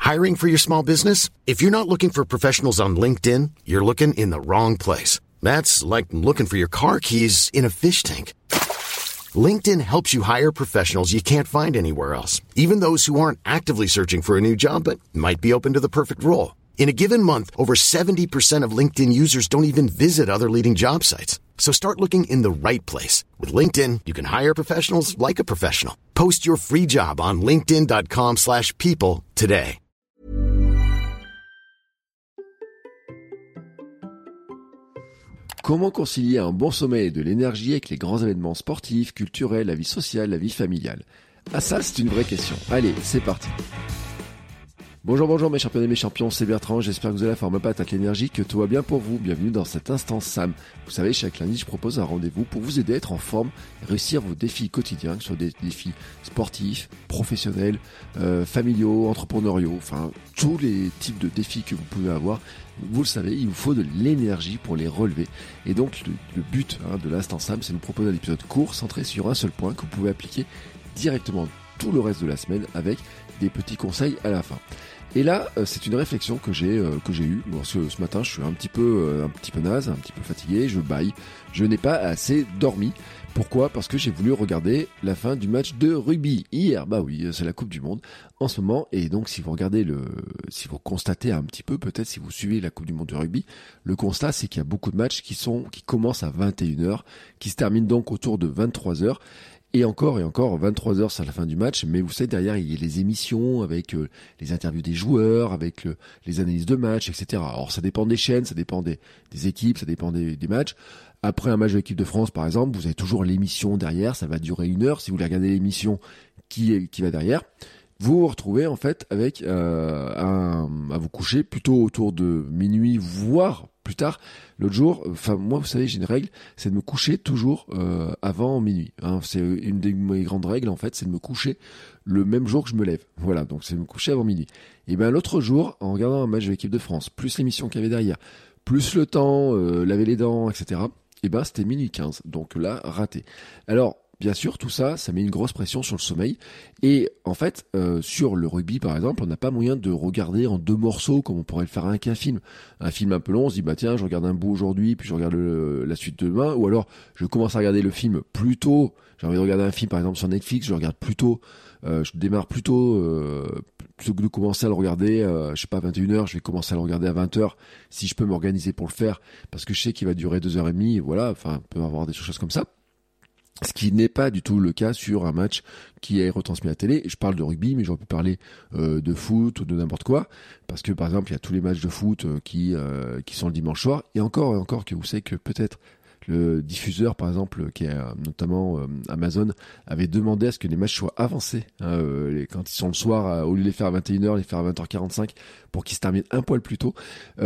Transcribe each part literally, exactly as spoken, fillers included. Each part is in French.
Hiring for your small business? If you're not looking for professionals on LinkedIn, you're looking in the wrong place. That's like looking for your car keys in a fish tank. LinkedIn helps you hire professionals you can't find anywhere else, even those who aren't actively searching for a new job but might be open to the perfect role. In a given month, over seventy percent of LinkedIn users don't even visit other leading job sites. So start looking in the right place. With LinkedIn, you can hire professionals like a professional. Post your free job on linkedin.com slash people today. Comment concilier un bon sommeil et de l'énergie avec les grands événements sportifs, culturels, la vie sociale, la vie familiale? Ah ça, c'est une vraie question. Allez, c'est parti. Bonjour, bonjour mes champions et mes champions, c'est Bertrand, j'espère que vous avez la forme patate, l'énergie, que tout va bien pour vous. Bienvenue dans cet instant Sam. Vous savez, chaque lundi, je propose un rendez-vous pour vous aider à être en forme, réussir vos défis quotidiens, que ce soit des défis sportifs, professionnels, euh, familiaux, entrepreneuriaux, enfin, tous les types de défis que vous pouvez avoir. Vous le savez, il vous faut de l'énergie pour les relever. Et donc, le, le but hein, de l'instant Sam, c'est de vous proposer un épisode court, centré sur un seul point que vous pouvez appliquer directement tout le reste de la semaine avec des petits conseils à la fin. Et là, c'est une réflexion que j'ai euh, que j'ai eue parce que ce matin, je suis un petit peu euh, un petit peu naze, un petit peu fatigué, je baille, je n'ai pas assez dormi. Pourquoi ? Parce que j'ai voulu regarder la fin du match de rugby hier. Bah oui, c'est la Coupe du Monde en ce moment. Et donc, si vous regardez le, si vous constatez un petit peu, peut-être si vous suivez la Coupe du Monde de rugby, le constat c'est qu'il y a beaucoup de matchs qui sont qui commencent à vingt et une heures, qui se terminent donc autour de vingt-trois heures. Et encore et encore, vingt-trois heures, c'est la fin du match, mais vous savez, derrière, il y a les émissions avec euh, les interviews des joueurs, avec le, les analyses de match, et cetera. Alors, ça dépend des chaînes, ça dépend des, des équipes, ça dépend des, des matchs. Après un match de l'équipe de France, par exemple, vous avez toujours l'émission derrière, ça va durer une heure. Si vous voulez regarder l'émission qui, qui va derrière, vous vous retrouvez en fait avec euh, un, à vous coucher plutôt autour de minuit, voire plus tard. L'autre jour, enfin moi vous savez j'ai une règle, c'est de me coucher toujours euh, avant minuit. Hein. C'est une des mes grandes règles en fait, c'est de me coucher le même jour que je me lève. Voilà, donc c'est de me coucher avant minuit. Et ben l'autre jour, en regardant un match de l'équipe de France, plus l'émission qu'il y avait derrière, plus le temps, euh, laver les dents, et cetera. Et ben c'était minuit quinze, donc là raté. Alors bien sûr, tout ça, ça met une grosse pression sur le sommeil. Et en fait, euh, sur le rugby, par exemple, on n'a pas moyen de regarder en deux morceaux comme on pourrait le faire avec un film. Un film un peu long, on se dit, bah tiens, je regarde un bout aujourd'hui, puis je regarde le, la suite demain. Ou alors, je commence à regarder le film plus tôt. J'ai envie de regarder un film, par exemple, sur Netflix, je regarde plus tôt. Euh, je démarre plus tôt, euh, plutôt que de commencer à le regarder, euh, je sais pas, à vingt et une heures, je vais commencer à le regarder à vingt heures, si je peux m'organiser pour le faire, parce que je sais qu'il va durer deux heures et demie, voilà, enfin, on peut avoir des choses comme ça. Ce qui n'est pas du tout le cas sur un match qui est retransmis à la télé. Je parle de rugby, mais j'aurais pu parler euh, de foot ou de n'importe quoi. Parce que, par exemple, il y a tous les matchs de foot euh, qui euh, qui sont le dimanche soir. Et encore et encore que vous savez que peut-être le diffuseur, par exemple, qui est euh, notamment euh, Amazon, avait demandé à ce que les matchs soient avancés. Hein, euh, les, quand ils sont le soir, euh, au lieu de les faire à vingt et une heures, les faire à vingt heures quarante-cinq pour qu'ils se terminent un poil plus tôt.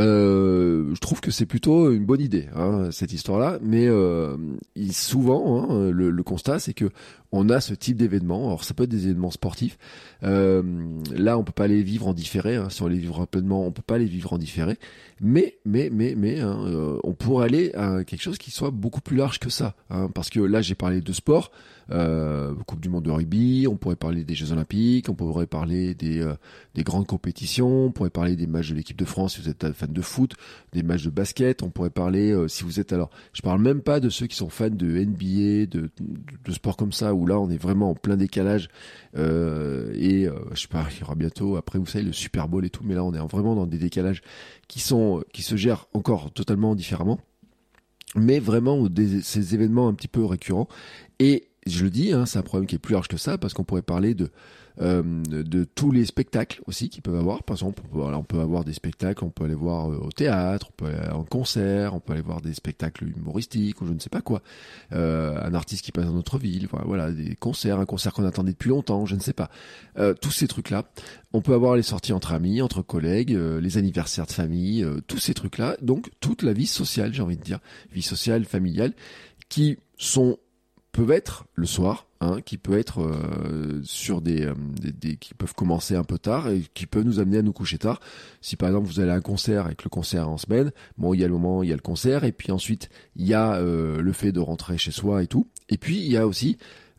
Euh, je trouve que c'est plutôt une bonne idée, hein, cette histoire-là. Mais euh, il, souvent, hein, le, le constat, c'est que on a ce type d'événements. Alors ça peut être des événements sportifs. Euh, là, on peut pas les vivre en différé. Hein. Si on les vivre rapidement, on peut pas les vivre en différé. Mais, mais, mais, mais, hein, euh, on pourrait aller à quelque chose qui soit beaucoup plus large que ça. Hein, parce que là, j'ai parlé de sport, euh, Coupe du Monde de rugby. On pourrait parler des Jeux Olympiques. On pourrait parler des euh, des grandes compétitions. On pourrait parler des matchs de l'équipe de France si vous êtes fan de foot, des matchs de basket. On pourrait parler euh, si vous êtes alors. Je parle même pas de ceux qui sont fans de N B A, de de, de sport comme ça où là on est vraiment en plein décalage euh, et euh, je sais pas, il y aura bientôt après vous savez le Super Bowl et tout, mais là on est vraiment dans des décalages qui sont qui se gèrent encore totalement différemment, mais vraiment des, ces événements un petit peu récurrents. Et je le dis, hein, c'est un problème qui est plus large que ça parce qu'on pourrait parler de Euh, de, de tous les spectacles aussi qu'ils peuvent avoir. Par exemple, on peut, voilà, on peut avoir des spectacles, on peut aller voir euh, au théâtre, on peut aller en concert, on peut aller voir des spectacles humoristiques ou je ne sais pas quoi. Euh, un artiste qui passe dans notre ville, voilà, voilà, des concerts, un concert qu'on attendait depuis longtemps, je ne sais pas. Euh, tous ces trucs-là. On peut avoir les sorties entre amis, entre collègues, euh, les anniversaires de famille, euh, tous ces trucs-là. Donc toute la vie sociale, j'ai envie de dire, vie sociale, familiale, qui sont peuvent être le soir, hein, qui peut être euh, sur des, euh, des, des qui peuvent commencer un peu tard et qui peuvent nous amener à nous coucher tard. Si par exemple vous allez à un concert et que le concert est en semaine, bon il y a le moment, il y a le concert et puis ensuite il y a euh, le fait de rentrer chez soi et tout. Et puis il y a aussi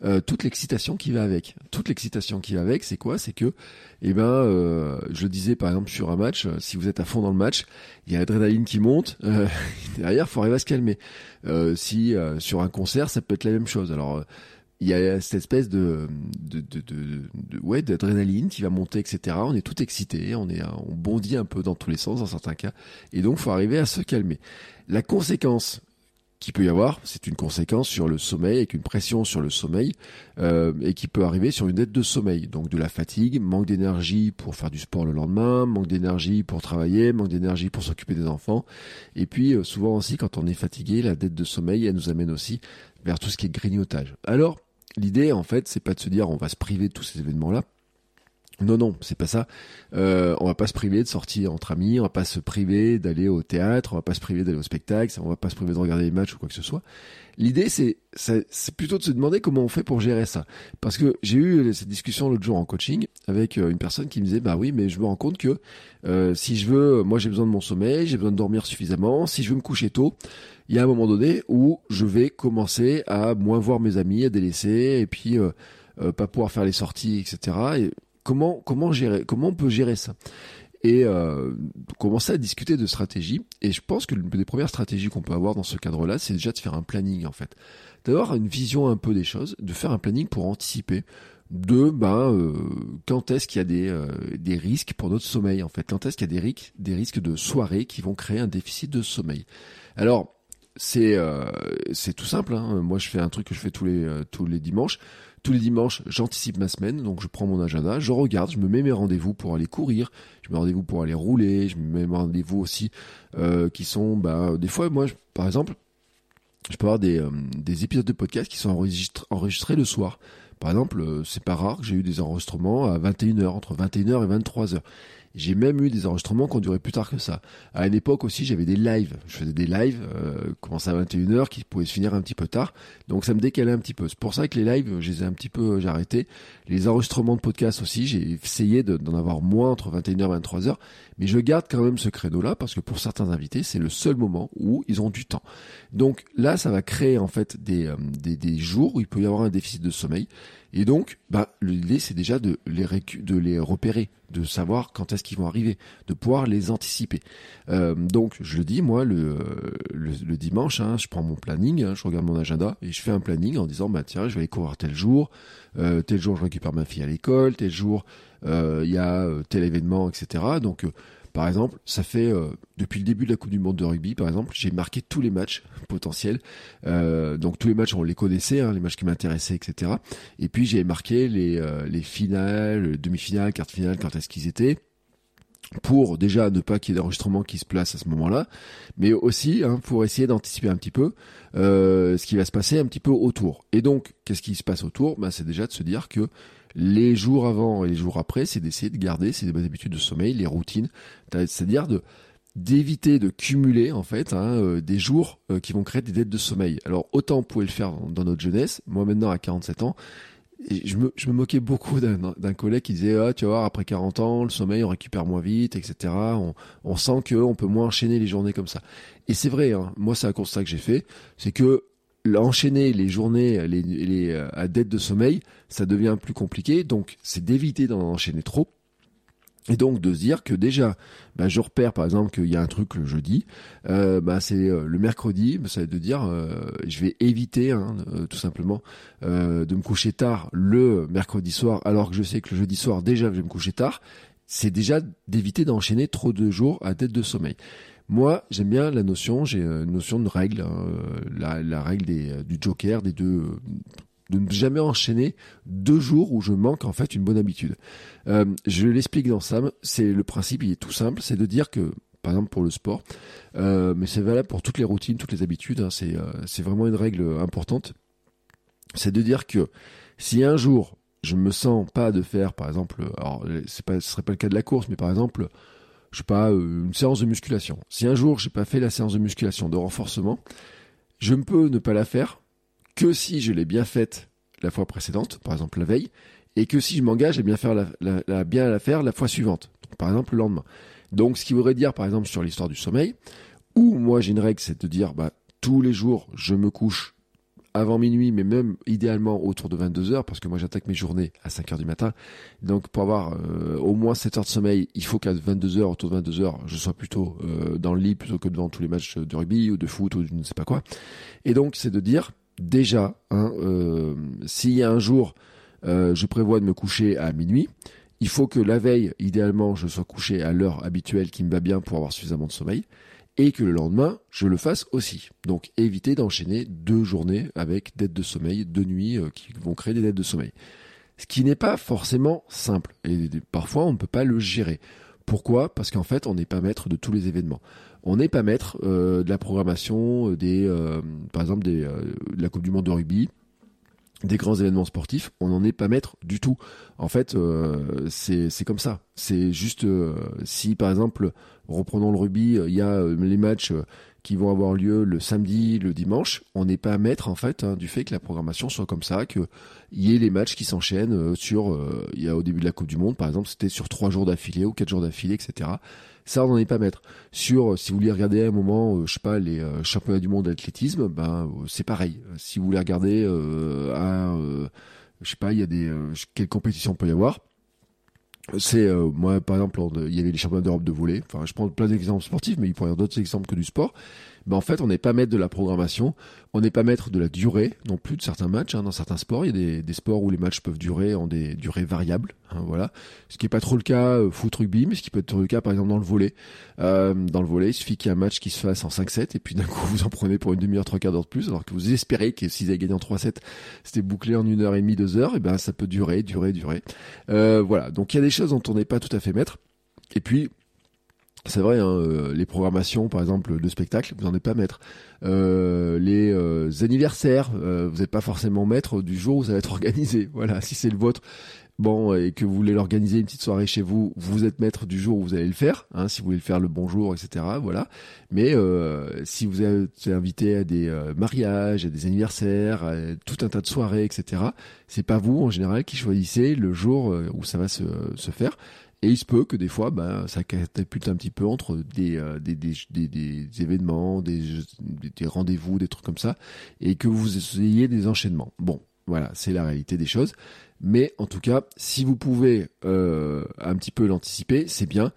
euh, toute l'excitation qui va avec. Toute l'excitation qui va avec, c'est quoi? C'est que, eh ben, euh, je le disais par exemple sur un match, euh, si vous êtes à fond dans le match, il y a l'adrénaline qui monte, euh, derrière, faut arriver à se calmer. Euh, si euh, sur un concert, ça peut être la même chose. Alors, euh, il y a cette espèce de, de, de, de, de ouais, d'adrénaline qui va monter, et cetera. On est tout excité, on est, on bondit un peu dans tous les sens dans certains cas, et donc faut arriver à se calmer. La conséquence qu'il peut y avoir, c'est une conséquence sur le sommeil, avec une pression sur le sommeil, euh, et qui peut arriver sur une dette de sommeil, donc de la fatigue, manque d'énergie pour faire du sport le lendemain, manque d'énergie pour travailler, manque d'énergie pour s'occuper des enfants, et puis euh, souvent aussi quand on est fatigué, la dette de sommeil, elle nous amène aussi vers tout ce qui est grignotage. Alors, l'idée, en fait, c'est pas de se dire on va se priver de tous ces événements-là. Non, non, c'est pas ça. Euh, on va pas se priver de sortir entre amis, on va pas se priver d'aller au théâtre, on va pas se priver d'aller au spectacle, on va pas se priver de regarder les matchs ou quoi que ce soit. L'idée, c'est, c'est, c'est plutôt de se demander comment on fait pour gérer ça. Parce que j'ai eu cette discussion l'autre jour en coaching avec une personne qui me disait, bah oui, mais je me rends compte que euh, si je veux, moi j'ai besoin de mon sommeil, j'ai besoin de dormir suffisamment, si je veux me coucher tôt, il y a un moment donné où je vais commencer à moins voir mes amis, à délaisser, et puis euh, euh, pas pouvoir faire les sorties, et cetera. Et comment comment gérer, comment on peut gérer ça? Et euh, commencer à discuter de stratégie. Et je pense que l'une des premières stratégies qu'on peut avoir dans ce cadre-là, c'est déjà de faire un planning en fait, d'avoir une vision un peu des choses, de faire un planning pour anticiper de ben euh, quand est-ce qu'il y a des euh, des risques pour notre sommeil en fait, quand est-ce qu'il y a des risques des risques de soirée qui vont créer un déficit de sommeil. Alors c'est euh, c'est tout simple, hein. Moi je fais un truc que je fais tous les euh, tous les dimanches. Tous les dimanches, j'anticipe ma semaine, donc je prends mon agenda, je regarde, je me mets mes rendez-vous pour aller courir, je me mets rendez-vous pour aller rouler, je me mets mes rendez-vous aussi euh, qui sont, bah, des fois, moi, je, par exemple, je peux avoir des, euh, des épisodes de podcast qui sont enregistrés, enregistrés le soir. Par exemple, euh, c'est pas rare que j'ai eu des enregistrements à vingt et une heures, entre vingt et une heures et vingt-trois heures. J'ai même eu des enregistrements qui ont duré plus tard que ça. À une époque aussi, j'avais des lives. Je faisais des lives, euh, commençaient à vingt et une heures, qui pouvaient se finir un petit peu tard. Donc ça me décalait un petit peu. C'est pour ça que les lives, je les ai un petit peu, j'ai arrêté. Les enregistrements de podcasts aussi, j'ai essayé de, d'en avoir moins entre vingt et une heures et vingt-trois heures. Mais je garde quand même ce créneau-là parce que pour certains invités, c'est le seul moment où ils ont du temps. Donc là, ça va créer en fait des, euh, des, des jours où il peut y avoir un déficit de sommeil. Et donc, bah, l'idée, c'est déjà de les, récu- de les repérer, de savoir quand est-ce qu'ils vont arriver, de pouvoir les anticiper. Euh, donc, je le dis, moi, le, le, le dimanche, hein, je prends mon planning, hein, je regarde mon agenda et je fais un planning en disant, bah tiens, je vais aller courir tel jour, euh, tel jour je récupère ma fille à l'école, tel jour il euh, y a tel événement, et cetera. Donc, euh, par exemple, ça fait euh, depuis le début de la Coupe du Monde de rugby, par exemple, j'ai marqué tous les matchs potentiels. Euh, donc tous les matchs, on les connaissait, hein, les matchs qui m'intéressaient, et cetera. Et puis j'ai marqué les euh, les finales, demi-finales, quarts de finale, quand est-ce qu'ils étaient, pour déjà ne pas qu'il y ait d'enregistrement qui se place à ce moment-là, mais aussi hein, pour essayer d'anticiper un petit peu euh, ce qui va se passer un petit peu autour. Et donc, qu'est-ce qui se passe autour? Ben, c'est déjà de se dire que les jours avant et les jours après, c'est d'essayer de garder ces bonnes habitudes de sommeil, les routines, c'est-à-dire de d'éviter de cumuler en fait hein, euh, des jours euh, qui vont créer des dettes de sommeil. Alors autant on pouvait le faire dans, dans notre jeunesse, moi maintenant à quarante-sept ans, et je me je me moquais beaucoup d'un, d'un collègue qui disait ah tu vas voir après quarante ans le sommeil on récupère moins vite, et cetera. On, on sent que on peut moins enchaîner les journées comme ça. Et c'est vrai, hein, moi c'est un constat que j'ai fait, c'est que enchaîner les journées les, les à dette de sommeil, ça devient plus compliqué, donc c'est d'éviter d'en enchaîner trop. Et donc de se dire que déjà, bah, je repère par exemple qu'il y a un truc le jeudi, euh, bah, c'est euh, le mercredi, bah, ça va être de dire euh, je vais éviter hein, euh, tout simplement euh, de me coucher tard le mercredi soir, alors que je sais que le jeudi soir déjà je vais me coucher tard. C'est déjà d'éviter d'enchaîner trop de jours à dette de sommeil. Moi, j'aime bien la notion, j'ai une notion de règle, hein, la, la règle des, du joker, des deux, de ne jamais enchaîner deux jours où je manque en fait une bonne habitude. Euh, je l'explique dans Sam, c'est le principe, il est tout simple, c'est de dire que, par exemple pour le sport, euh, mais c'est valable pour toutes les routines, toutes les habitudes, hein, c'est, euh, c'est vraiment une règle importante, c'est de dire que si un jour je me sens pas de faire, par exemple, alors c'est pas, ce serait pas le cas de la course, mais par exemple, je sais pas, une séance de musculation. Si un jour j'ai pas fait la séance de musculation, de renforcement, je ne peux ne pas la faire que si je l'ai bien faite la fois précédente, par exemple la veille, et que si je m'engage à bien faire la, la, la bien la faire la fois suivante, donc, par exemple le lendemain. Donc ce qui voudrait dire par exemple sur l'histoire du sommeil, où moi j'ai une règle, c'est de dire bah tous les jours je me couche avant minuit, mais même idéalement autour de vingt-deux heures, parce que moi j'attaque mes journées à cinq heures du matin. Donc pour avoir euh, au moins sept heures de sommeil, il faut qu'à vingt-deux heures, autour de vingt-deux heures, je sois plutôt euh, dans le lit plutôt que devant tous les matchs de rugby ou de foot ou je ne sais pas quoi. Et donc c'est de dire déjà, hein, euh, s'il y a un jour, euh, je prévois de me coucher à minuit, il faut que la veille, idéalement, je sois couché à l'heure habituelle qui me va bien pour avoir suffisamment de sommeil, et que le lendemain, je le fasse aussi. Donc, éviter d'enchaîner deux journées avec dettes de sommeil, deux nuits euh, qui vont créer des dettes de sommeil. Ce qui n'est pas forcément simple, et parfois on ne peut pas le gérer. Pourquoi ? Parce qu'en fait, on n'est pas maître de tous les événements. On n'est pas maître euh, de la programmation, des, euh, par exemple, des, euh, de la Coupe du Monde de rugby, des grands événements sportifs, on n'en est pas maître du tout. En fait, euh, c'est c'est comme ça. C'est juste euh, si par exemple, reprenons le rugby, il y a euh, les matchs euh, qui vont avoir lieu le samedi, le dimanche, on n'est pas maître en fait hein, du fait que la programmation soit comme ça, que il y ait les matchs qui s'enchaînent euh, sur, euh, il y a au début de la Coupe du Monde par exemple, c'était sur trois jours d'affilée ou quatre jours d'affilée, et cetera. Ça, on n'en est pas maître. Sur, si vous voulez regarder à un moment, euh, je sais pas, les euh, championnats du monde d'athlétisme, ben euh, c'est pareil. Si vous voulez regarder euh, à, euh, je sais pas, il y a des euh, quelle compétition peut y avoir. C'est euh, moi par exemple, il y avait les championnats d'Europe de volley. Enfin, je prends plein d'exemples sportifs, mais il pourrait y avoir d'autres exemples que du sport. Ben en fait, on n'est pas maître de la programmation, on n'est pas maître de la durée non plus de certains matchs. Hein. Dans certains sports, il y a des, des sports où les matchs peuvent durer en des durées variables. Hein, voilà, ce qui est pas trop le cas euh, foot rugby, mais ce qui peut être le cas par exemple dans le volley. Euh, dans le volley, il suffit qu'il y ait un match qui se fasse en cinq sept et puis d'un coup vous en prenez pour une demi-heure, trois quarts d'heure de plus, alors que vous espérez que s'ils avaient gagné en trois sept, c'était bouclé en une heure et demie, deux heures. Et ben ça peut durer, durer, durer. Euh, voilà, donc il y a des choses dont on n'est pas tout à fait maître. Et puis c'est vrai, hein, euh, les programmations, par exemple, de spectacles, vous n'en êtes pas maître. Euh, les euh, anniversaires, euh, vous n'êtes pas forcément maître du jour où ça va être organisé. Voilà, si c'est le vôtre, bon, et que vous voulez l'organiser une petite soirée chez vous, vous êtes maître du jour où vous allez le faire. Hein, si vous voulez le faire le bon jour, et cetera. Voilà. Mais euh, si vous êtes invité à des euh, mariages, à des anniversaires, à tout un tas de soirées, et cetera, c'est pas vous en général qui choisissez le jour où ça va se, se faire. Et il se peut que des fois, bah, ça catapulte un petit peu entre des, euh, des, des, des, des événements, des, des rendez-vous, des trucs comme ça, et que vous ayez des enchaînements. Bon, voilà, c'est la réalité des choses. Mais en tout cas, si vous pouvez euh, un petit peu l'anticiper, c'est bien.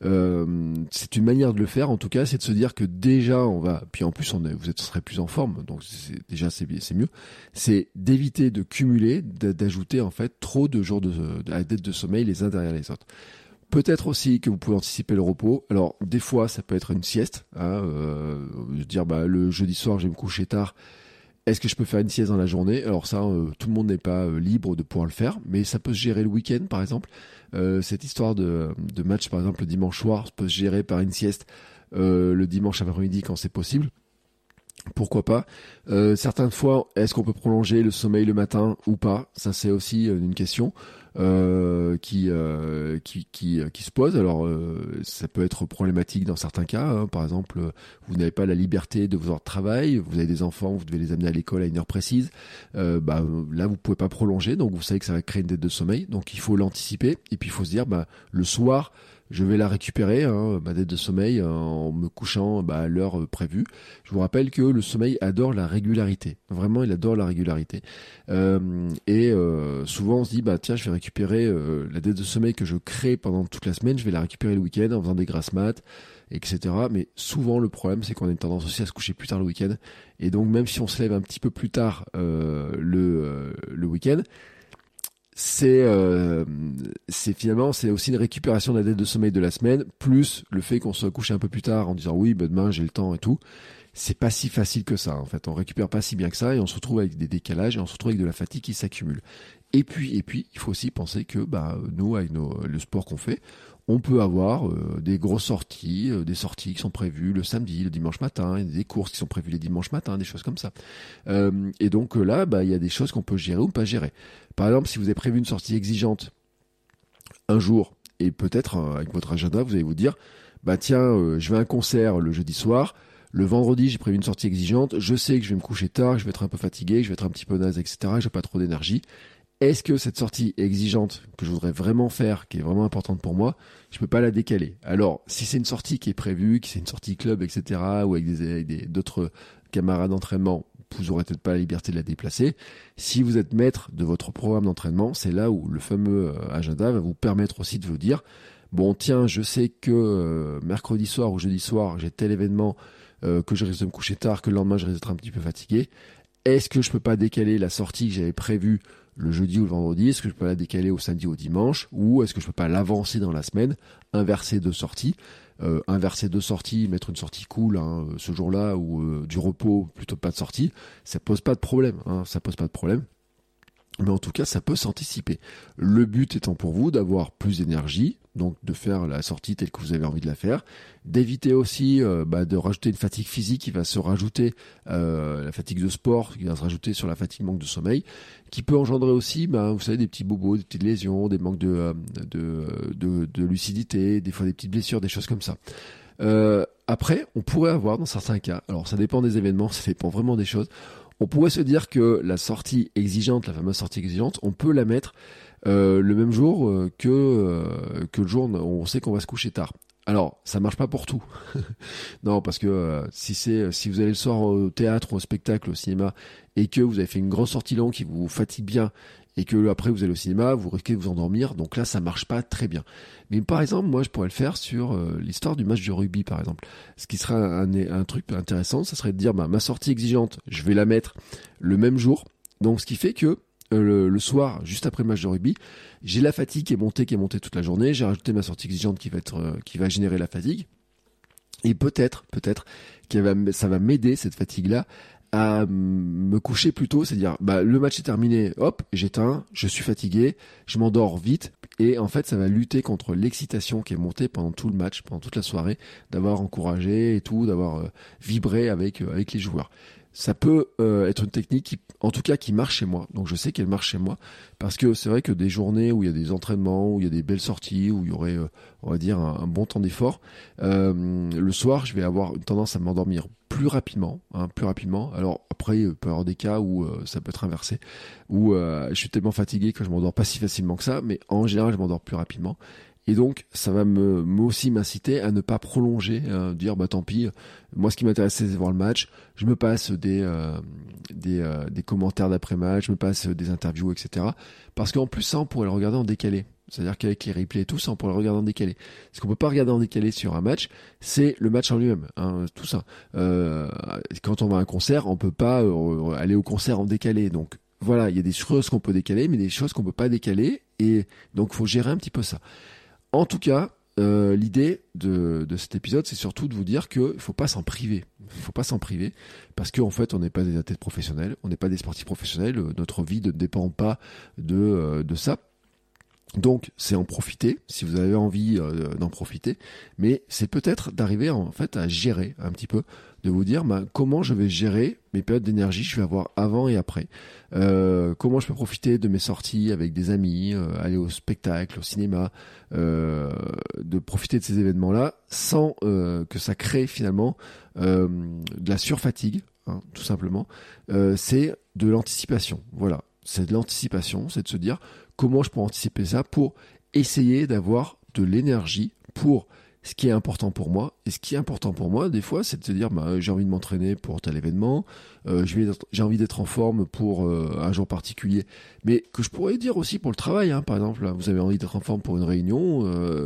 Euh, c'est une manière de le faire, en tout cas, c'est de se dire que déjà on va, puis en plus on est, vous êtes, serez plus en forme, donc c'est, déjà c'est, c'est mieux. C'est d'éviter de cumuler, d'ajouter en fait trop de jours de, de la dette de sommeil les uns derrière les autres. Peut-être aussi que vous pouvez anticiper le repos. Alors des fois ça peut être une sieste, hein, euh, dire bah le jeudi soir je vais me coucher tard. Est-ce que je peux faire une sieste dans la journée ? Alors ça, euh, tout le monde n'est pas euh, libre de pouvoir le faire, mais ça peut se gérer le week-end, par exemple. Euh, cette histoire de, de match, par exemple, le dimanche soir, peut se gérer par une sieste euh, le dimanche après-midi quand c'est possible. Pourquoi pas ? euh, Certaines fois, est-ce qu'on peut prolonger le sommeil le matin ou pas ? Ça, c'est aussi euh, une question euh, qui, euh, qui qui qui se pose. Alors, euh, ça peut être problématique dans certains cas. Hein. Par exemple, vous n'avez pas la liberté de votre travail, vous avez des enfants, vous devez les amener à l'école à une heure précise. Euh, bah là, vous pouvez pas prolonger, donc vous savez que ça va créer une dette de sommeil. Donc, il faut l'anticiper et puis il faut se dire, bah le soir, je vais la récupérer, hein, ma dette de sommeil, en me couchant bah, à l'heure prévue. Je vous rappelle que le sommeil adore la régularité. Vraiment, il adore la régularité. Euh, et euh, souvent, on se dit, bah tiens, je vais récupérer euh, la dette de sommeil que je crée pendant toute la semaine, je vais la récupérer le week-end en faisant des grasses mat, et cetera. Mais souvent, le problème, c'est qu'on a une tendance aussi à se coucher plus tard le week-end. Et donc, même si on se lève un petit peu plus tard euh, le, euh, le week-end, c'est euh, c'est finalement c'est aussi une récupération de la dette de sommeil de la semaine, plus le fait qu'on se couche un peu plus tard en disant oui, ben demain j'ai le temps et tout. C'est pas si facile que ça en fait. On récupère pas si bien que ça et on se retrouve avec des décalages et on se retrouve avec de la fatigue qui s'accumule. Et puis et puis il faut aussi penser que bah nous avec nos, le sport qu'on fait, on peut avoir euh, des grosses sorties, euh, des sorties qui sont prévues le samedi, le dimanche matin, des courses qui sont prévues les dimanches matins, des choses comme ça. Euh, et donc euh, là, bah il y a des choses qu'on peut gérer ou pas gérer. Par exemple, si vous avez prévu une sortie exigeante un jour, et peut-être euh, avec votre agenda, vous allez vous dire, bah tiens, euh, je vais à un concert le jeudi soir, le vendredi j'ai prévu une sortie exigeante, je sais que je vais me coucher tard, je vais être un peu fatigué, je vais être un petit peu naze, et cetera. J'ai pas trop d'énergie. Est-ce que cette sortie exigeante que je voudrais vraiment faire, qui est vraiment importante pour moi, je peux pas la décaler ? Alors, si c'est une sortie qui est prévue, qui c'est une sortie club, et cetera, ou avec des, avec des d'autres camarades d'entraînement, vous aurez peut-être pas la liberté de la déplacer. Si vous êtes maître de votre programme d'entraînement, c'est là où le fameux euh, agenda va vous permettre aussi de vous dire, bon tiens, je sais que euh, mercredi soir ou jeudi soir, j'ai tel événement euh, que je risque de me coucher tard, que le lendemain je risque d'être un petit peu fatigué. Est-ce que je peux pas décaler la sortie que j'avais prévue le jeudi ou le vendredi? Est-ce que je peux la décaler au samedi ou au dimanche? Ou est-ce que je peux pas l'avancer dans la semaine, inverser deux sorties, euh, inverser deux sorties, mettre une sortie cool hein, ce jour-là ou euh, du repos plutôt pas de sortie? Ça pose pas de problème, hein, ça pose pas de problème. Mais en tout cas, ça peut s'anticiper. Le but étant pour vous d'avoir plus d'énergie, donc de faire la sortie telle que vous avez envie de la faire, d'éviter aussi euh, bah, de rajouter une fatigue physique qui va se rajouter, euh, la fatigue de sport qui va se rajouter sur la fatigue manque de sommeil, qui peut engendrer aussi, bah, vous savez, des petits bobos, des petites lésions, des manques de, euh, de, de, de lucidité, des fois des petites blessures, des choses comme ça. Euh, après, on pourrait avoir dans certains cas, alors ça dépend des événements, ça dépend vraiment des choses, on pourrait se dire que la sortie exigeante, la fameuse sortie exigeante, on peut la mettre euh, le même jour euh, que, euh, que le jour où on sait qu'on va se coucher tard. Alors, ça marche pas pour tout. Non, parce que euh, si c'est si vous allez le soir au théâtre, au spectacle, au cinéma, et que vous avez fait une grosse sortie longue qui vous fatigue bien, et que après vous allez au cinéma, vous risquez de vous endormir, donc là ça marche pas très bien. Mais par exemple, moi je pourrais le faire sur euh, l'histoire du match de rugby par exemple. Ce qui serait un, un, un truc intéressant, ça serait de dire bah, ma sortie exigeante, je vais la mettre le même jour. Donc ce qui fait que euh, le, le soir, juste après le match de rugby, j'ai la fatigue qui est montée, qui est montée toute la journée, j'ai rajouté ma sortie exigeante qui va être, euh, qui va générer la fatigue. Et peut-être, peut-être, que ça va m'aider cette fatigue-là à me coucher plus tôt, c'est-à-dire bah, le match est terminé, hop, j'éteins, je suis fatigué, je m'endors vite, et en fait ça va lutter contre l'excitation qui est montée pendant tout le match, pendant toute la soirée, d'avoir encouragé et tout, d'avoir euh, vibré avec, euh, avec les joueurs. Ça peut euh, être une technique qui, en tout cas, qui marche chez moi. Donc je sais qu'elle marche chez moi parce que c'est vrai que des journées où il y a des entraînements, où il y a des belles sorties, où il y aurait, euh, on va dire, un, un bon temps d'effort, euh, le soir, je vais avoir une tendance à m'endormir plus rapidement, hein, plus rapidement. Alors après, il peut y avoir des cas où euh, ça peut être inversé, où euh, je suis tellement fatigué que je m'endors pas si facilement que ça, mais en général, je m'endors plus rapidement. Et donc, ça va me, me aussi m'inciter à ne pas prolonger, euh, dire bah tant pis. Moi, ce qui m'intéresse, c'est de voir le match. Je me passe des euh, des, euh, des commentaires d'après-match, je me passe des interviews, et cetera. Parce qu'en plus, ça, on pourrait le regarder en décalé. C'est-à-dire qu'avec les replays et tout ça, on pourrait le regarder en décalé. Ce qu'on peut pas regarder en décalé sur un match, c'est le match en lui-même, hein, tout ça. Euh, quand on va à un concert, on peut pas euh, aller au concert en décalé. Donc voilà, il y a des choses qu'on peut décaler, mais des choses qu'on peut pas décaler. Et donc, faut gérer un petit peu ça. En tout cas, euh, l'idée de, de cet épisode, c'est surtout de vous dire qu'il faut pas s'en priver. Il faut pas s'en priver parce qu'en fait, on n'est pas des athlètes professionnels, on n'est pas des sportifs professionnels. Notre vie ne dépend pas de euh, de ça. Donc, c'est en profiter si vous avez envie euh, d'en profiter, mais c'est peut-être d'arriver en fait à gérer un petit peu, de vous dire bah, comment je vais gérer mes périodes d'énergie que je vais avoir avant et après, euh, comment je peux profiter de mes sorties avec des amis, euh, aller au spectacle, au cinéma, euh, de profiter de ces événements-là sans euh, que ça crée finalement euh, de la surfatigue, hein, tout simplement. Euh, c'est de l'anticipation, voilà. C'est de l'anticipation, c'est de se dire comment je peux anticiper ça pour essayer d'avoir de l'énergie pour ce qui est important pour moi. Et ce qui est important pour moi, des fois, c'est de se dire bah, j'ai envie de m'entraîner pour tel événement, euh, j'ai envie d'être en forme pour euh, un jour particulier. Mais que je pourrais dire aussi pour le travail, hein, par exemple, là, vous avez envie d'être en forme pour une réunion,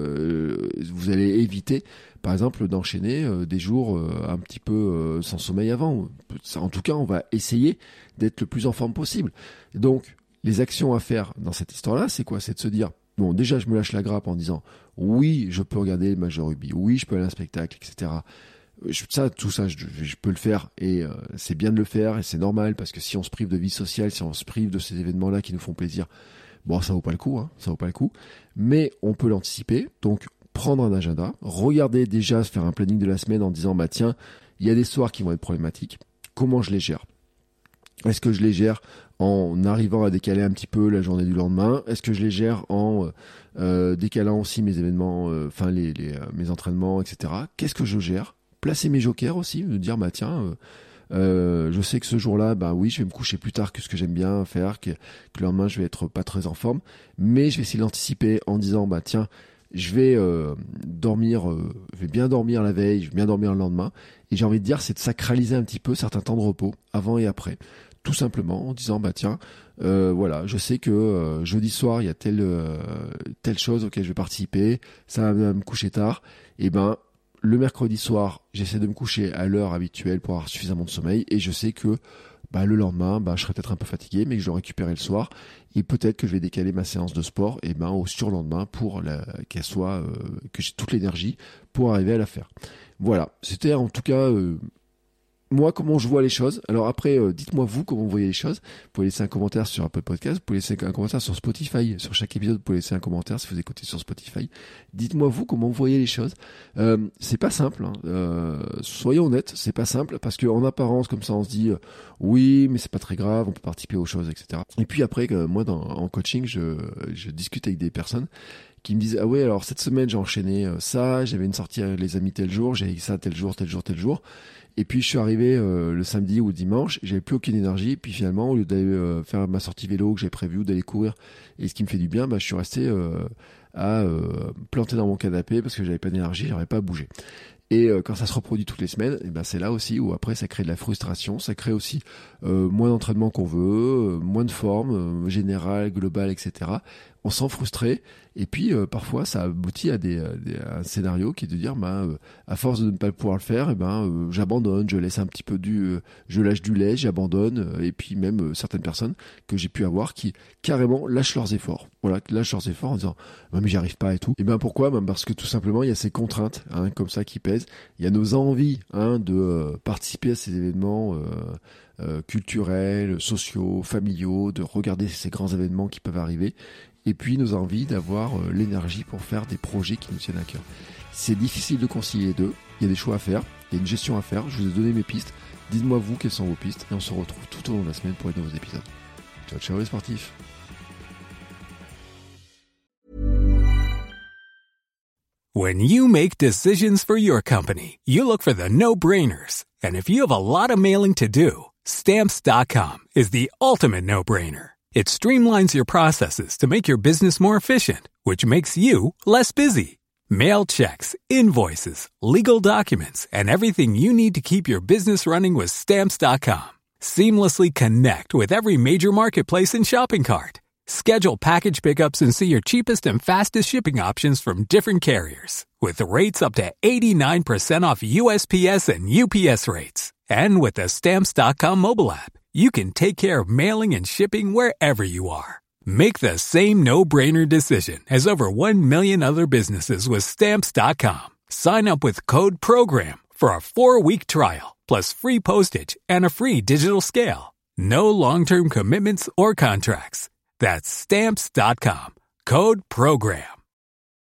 euh, vous allez éviter, par exemple, d'enchaîner euh, des jours euh, un petit peu euh, sans sommeil avant. En tout cas, on va essayer d'être le plus en forme possible. Donc, les actions à faire dans cette histoire-là, c'est quoi? C'est de se dire, bon, déjà, je me lâche la grappe en disant, oui, je peux regarder le match de rugby, oui, je peux aller à un spectacle, et cetera. Je, ça, tout ça, je, je peux le faire et euh, c'est bien de le faire et c'est normal parce que si on se prive de vie sociale, si on se prive de ces événements-là qui nous font plaisir, bon, ça vaut pas le coup, hein, ça vaut pas le coup. Mais on peut l'anticiper, donc prendre un agenda, regarder déjà, se faire un planning de la semaine en disant, bah tiens, il y a des soirs qui vont être problématiques, comment je les gère? Est-ce que je les gère en arrivant à décaler un petit peu la journée du lendemain? Est-ce que je les gère en euh, décalant aussi mes événements, enfin euh, les, les euh, mes entraînements, et cetera. Qu'est-ce que je gère? Placer mes jokers aussi, me dire bah tiens, euh, euh, je sais que ce jour-là, bah oui, je vais me coucher plus tard que ce que j'aime bien faire, que, que le lendemain je vais être pas très en forme, mais je vais essayer d'anticiper en disant bah tiens, je vais euh, dormir euh, je vais bien dormir la veille, je vais bien dormir le lendemain. Et j'ai envie de dire, c'est de sacraliser un petit peu certains temps de repos, avant et après. Tout simplement en disant, bah tiens, euh, voilà, je sais que euh, jeudi soir, il y a telle, euh, telle chose auquel je vais participer, ça va me coucher tard. Et ben, le mercredi soir, j'essaie de me coucher à l'heure habituelle pour avoir suffisamment de sommeil. Et je sais que bah, le lendemain, bah, je serai peut-être un peu fatigué, mais que je vais récupérer le soir. Et peut-être que je vais décaler ma séance de sport et ben, au surlendemain pour la, qu'elle soit, euh, que j'ai toute l'énergie pour arriver à la faire. Voilà, c'était en tout cas... Euh, moi, comment je vois les choses. Alors après, euh, dites-moi vous comment vous voyez les choses. Vous pouvez laisser un commentaire sur Apple Podcast, vous pouvez laisser un commentaire sur Spotify. Sur chaque épisode, vous pouvez laisser un commentaire si vous écoutez sur Spotify. Dites-moi vous comment vous voyez les choses. Euh, c'est pas simple. Hein. Euh, soyons honnêtes, c'est pas simple parce que en apparence, comme ça, on se dit euh, oui, mais c'est pas très grave, on peut participer aux choses, et cetera. Et puis après, euh, moi, dans, en coaching, je, je discute avec des personnes qui me disent ah ouais, alors cette semaine j'ai enchaîné euh, ça, j'avais une sortie avec les amis tel jour, j'ai ça tel jour, tel jour, tel jour. Et puis je suis arrivé euh, le samedi ou le dimanche, j'avais plus aucune énergie. Et puis finalement, au lieu d'aller euh, faire ma sortie vélo que j'avais prévu ou d'aller courir, et ce qui me fait du bien, bah, je suis resté euh, à euh, planter dans mon canapé parce que j'avais pas d'énergie, j'arrivais pas à bouger. Et euh, quand ça se reproduit toutes les semaines, et ben c'est là aussi où après ça crée de la frustration, ça crée aussi euh, moins d'entraînement qu'on veut, euh, moins de forme euh, générale, globale, et cetera. On s'en frustrait. Et puis euh, parfois ça aboutit à, des, des, à un scénario qui est de dire, bah, euh, à force de ne pas pouvoir le faire, et ben euh, j'abandonne, je laisse un petit peu du, euh, je lâche du lait, j'abandonne. Euh, et puis même euh, certaines personnes que j'ai pu avoir qui carrément lâchent leurs efforts. Voilà, lâchent leurs efforts en disant, bah, mais j'y arrive pas et tout. Et ben pourquoi? Ben parce que tout simplement il y a ces contraintes, hein, comme ça qui pèsent. Il y a nos envies, hein, de euh, participer à ces événements euh, euh, culturels, sociaux, familiaux, de regarder ces grands événements qui peuvent arriver. Et puis nos envies d'avoir euh, l'énergie pour faire des projets qui nous tiennent à cœur. C'est difficile de concilier les deux. Il y a des choix à faire, il y a une gestion à faire. Je vous ai donné mes pistes. Dites-moi vous quelles sont vos pistes et on se retrouve tout au long de la semaine pour les nouveaux épisodes. Ciao, ciao les sportifs. When you make decisions for your company, you look for the no-brainers. And if you have a lot of mailing to do, Stamps dot com is the ultimate no-brainer. It streamlines your processes to make your business more efficient, which makes you less busy. Mail checks, invoices, legal documents, and everything you need to keep your business running with Stamps dot com. Seamlessly connect with every major marketplace and shopping cart. Schedule package pickups and see your cheapest and fastest shipping options from different carriers. With rates up to eighty-nine percent off U S P S and U P S rates. And with the Stamps dot com mobile app, you can take care of mailing and shipping wherever you are. Make the same no-brainer decision as over one million other businesses with Stamps dot com. Sign up with code PROGRAM for a four-week trial, plus free postage and a free digital scale. No long-term commitments or contracts. That's Stamps dot com. Code PROGRAM.